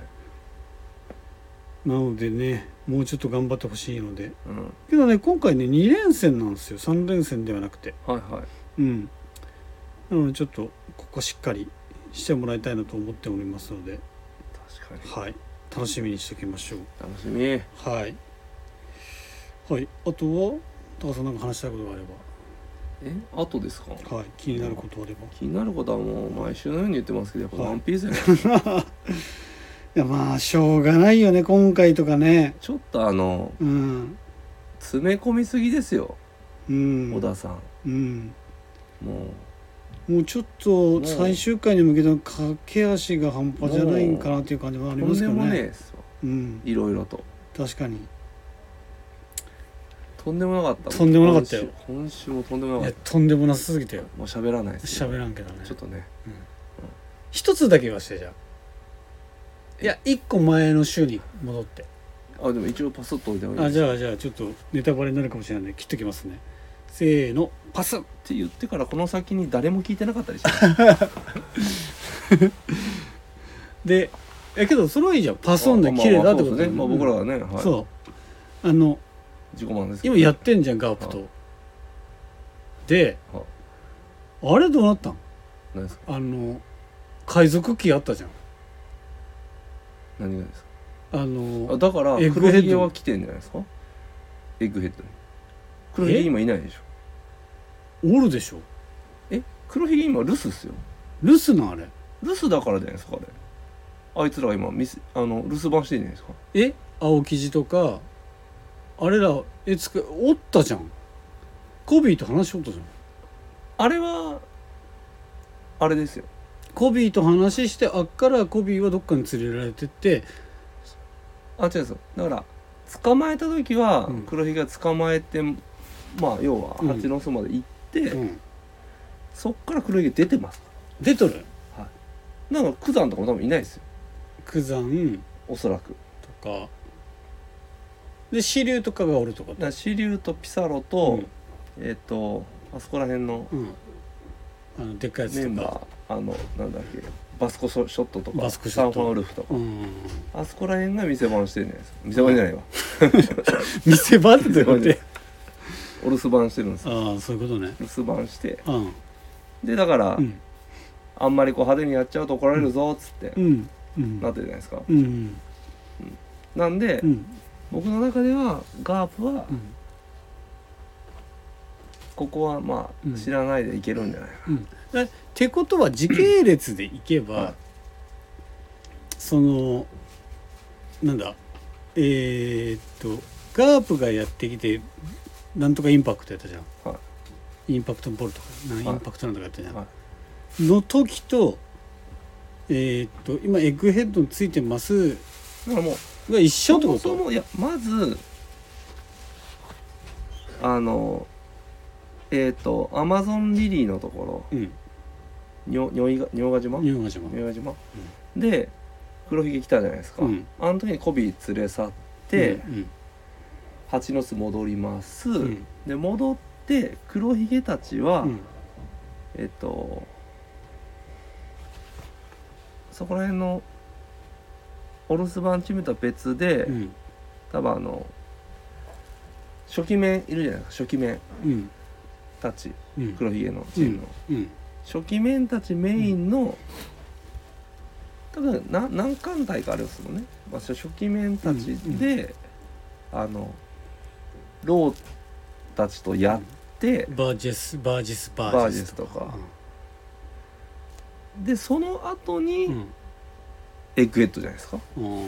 なのでねもうちょっと頑張ってほしいので、うん、けどね今回ねに連戦なんですよさん連戦ではなくて、 はいはい、 うんなのでちょっとここしっかりしてもらいたいなと思っておりますので、 確かに、 はい、楽しみにしておきましょう。 楽しみ。 はいはいあとは高さんなんか話したいことがあれば。 えあとですか。 はい気になることあれば。 気になることはもう毎週のように言ってますけどやっぱワンピースやね、はい、いやまあしょうがないよね今回とかね。 ちょっとあの、うん、詰め込みすぎですよ、うん、小田さん、うん、もうもうちょっと最終回に向けての駆け足が半端じゃないんかなっていう感じはありますけどね。 とんでもねえですよ、うん、いろいろと確かにとんでもなかった。 とんでもなかったよ。 今週もとんでもなかった。いやとんでもなさすぎたよ。 もう喋らないです、 ね、喋らんけどねちょっとね、うんうん、 一つだけ言わせてじゃあいや一個前の週に戻ってあでも一応パスッと置いておいてあじゃあじゃあちょっとネタバレになるかもしれないので切っときますね。せーのパスって言ってからこの先に誰も聞いてなかったりしてでえけどそれはいいじゃんパスオンで綺麗だってことね、まあ、僕らはね、 はい、そうあの自己満ですけど、 ね、今やってんじゃんガープとであれどうなったん。 何ですか。 あの海賊機あったじゃん。 何がですか。 あのあだから黒ひげは来てんじゃないですかエッグヘッドに。 黒ひげ今いないでしょ。 おるでしょ。 え黒ひげ今留守っすよ。 留守なあれ。 留守だからじゃないですかあれ。あいつらが今ミスあの留守番してんじゃないですか。 え青生地とかあれらえつくおったじゃん。コビーと話しとったじゃん。 あれはあれですよ。 コビーと話してあっからコビーはどっかに連れられてって、 あ違うんですよ。だから捕まえた時はうん黒ひげが捕まえて、まあ要は蜂の巣まで行って、 うん、 そっから黒ひげ出てます。 出とる。 だから九山とかも多分いないですよ九山おそらく。 とかで支流とかがおるとかだから支流とピサロと、 うんえっ、とあそこら辺のうんあのでっかいやつメンとかバーあのなんだっけバスコショットとかバスコショットサンファンウルフとか、 うんあそこら辺が店番してるんじゃないですか。店番じゃないわ、 店番ってどうやってお留守番してるんですよ。 ああそういうことね。 留守番してうんでだから、 うんあんまりこう派手にやっちゃうと怒られるぞっつって、 うんうんなってるじゃないですか。 うんなんで、 うん僕の中ではガープはうんここはまうんあ知らないでいけるんじゃないかうんだってことは時系列でいけば、 はいそのなんだえー、っとガープがやってきてなんとかインパクトやったじゃん、 はインパクトボルとかなはいインパクトなんとかやったじゃん、 はの時とえー、っと今エッグヘッドについてますだからもうが一緒ってそこともそもいやまずあのえっ、とアマゾンリリーのところうんにょ如意が仁王ヶ島日本が島仁王ヶ島、で黒ひげ来たじゃないですか、 うんあの時にコビー連れ去って、 うん蜂の巣戻ります、 うんで戻って黒ひげたちは、 うんえっ、とそこら辺のお留守番チームとは別で、 うん多分あの初期面いるじゃないですか。初期面うんたちうん黒ひげのチームの、 うん初期面たちメインの、多分な何艦隊かあるんですもんね、まあ、初期面たちで、あのローたちとやって、 バージェスバージスババーージェスジェスとか、でその後にうんエッグヘッドじゃないですか。 うん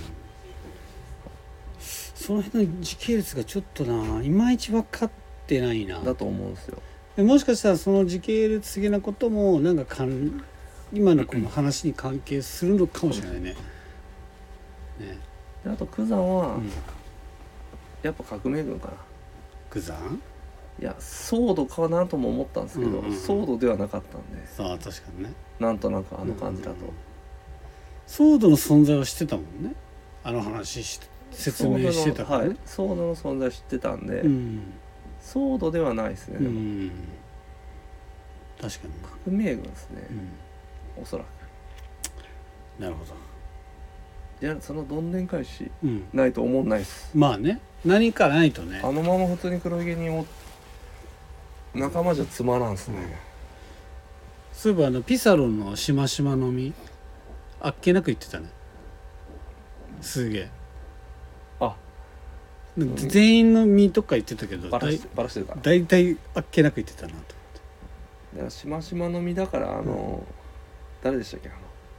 その辺の時系列がちょっとないまいち分かってないな。 だと思うんですよ。 でもしかしたらその時系列的なこともなんかかん今のこの話に関係するのかもしれないね。ねであと九山は、 うん、 やっぱ革命軍かな。 九山いやソードかなとも思ったんですけど、 うんうんうんソードではなかったんで、 さあ確かにねなんとなくあの感じだと、 うんうんうんソードの存在は知ってたもんね。あの話し説明してたからね。 ソードの存在知ってたんで、 うんソードではないですね、 うでもん確かに、 革命軍ですね、 うん、 おそらく。 なるほど、 いやそのどんでん返しうん、 ないと思んないっす。 まあね何かないとね。 あのまま普通に黒ひげにお仲間じゃつまらんっすね、 そういえばあのピサロのしましまの実あっけなく言ってたね。すげえあ全員の実とか言ってたけどバラしだいバラしてた。 大体あっけなく言ってたなとだからしましまの実だからあの、誰でしたっけ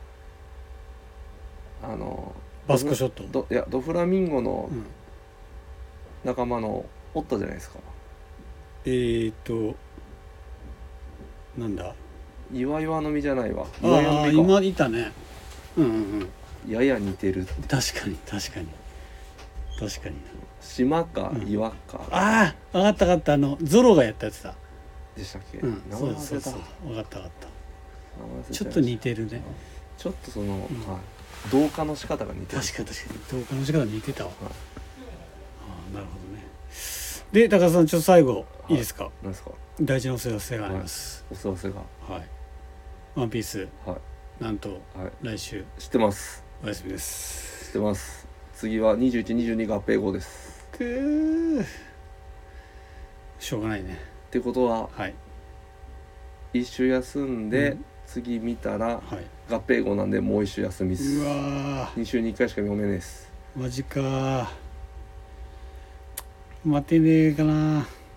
あのあのバスコショット、 ドいやドフラミンゴのうん、 仲間のおったじゃないですか。 えーっとなんだ岩岩の実じゃないわ。岩岩ああの実か。 今いたね。うんうんうんやや似てる。 確かに確かに確かに。 島かうん岩か、 ああ分かった分かった、あのゾロがやったやつだ。 でしたっけ、 うん名そう前忘れた。 そうそう分かった分かった名前忘れちゃいましたちょっと似てるね。 ちょっとその、 んはい、同化の仕方が似てる。 確かに確かに動画の仕方似てたわ、 はいああなるほどね。で高田さんちょっと最後いいですか、 なんですか。 大事なお知らせがあります。 お知らせが。 はい、ワンピースはなんといはい。 来週知ってます。 お休みです。 知ってます。次はにじゅういち、にじゅうに合併号です。 くーしょうがないね。 ってことははい一週休んで、 うん次見たらはい合併号なんでもう一週休みっす。 うわに週にいっかいしか読めねえです。 ーマジかー待てねえかな。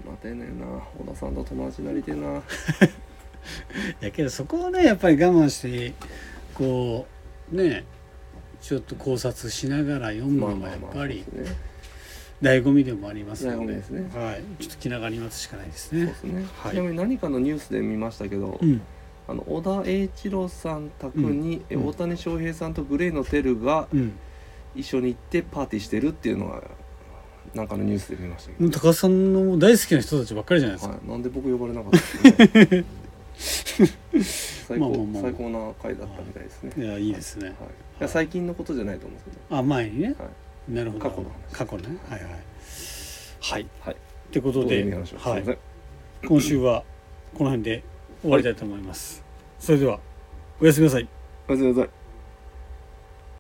なってんねんな。小田さんと友達になりてんな。 やけどそこをねやっぱり我慢してこうねちょっと考察しながら読むのがやっぱり醍醐味でもありますので、 ですね。 はい、ちょっと気長に待つしかないですね。 そうですね。 はい、 ちなみに何かのニュースで見ましたけど、 うん、 あの小田栄一郎さん宅に、 うん大谷翔平さんとグレーのテルがうん一緒に行ってパーティーしてるっていうのはなんかのニュースで見ましたけど、 もう高須さんの大好きな人たちばっかりじゃないですか。 はい、なんで僕呼ばれなかったんですかね。最高、 まあまあまあ最高な回だったみたいですね。 いやいいですね。 はい、いや最近のことじゃないと思うんですけど、 あ前にね、 はなるほど。 過去の話過去ね。はいはい。はい。 はい。 ってことで、 どうでもいい話をすいません。 はい、今週はこの辺で終わりたいと思います。それではおやすみなさい。 おやすみなさい。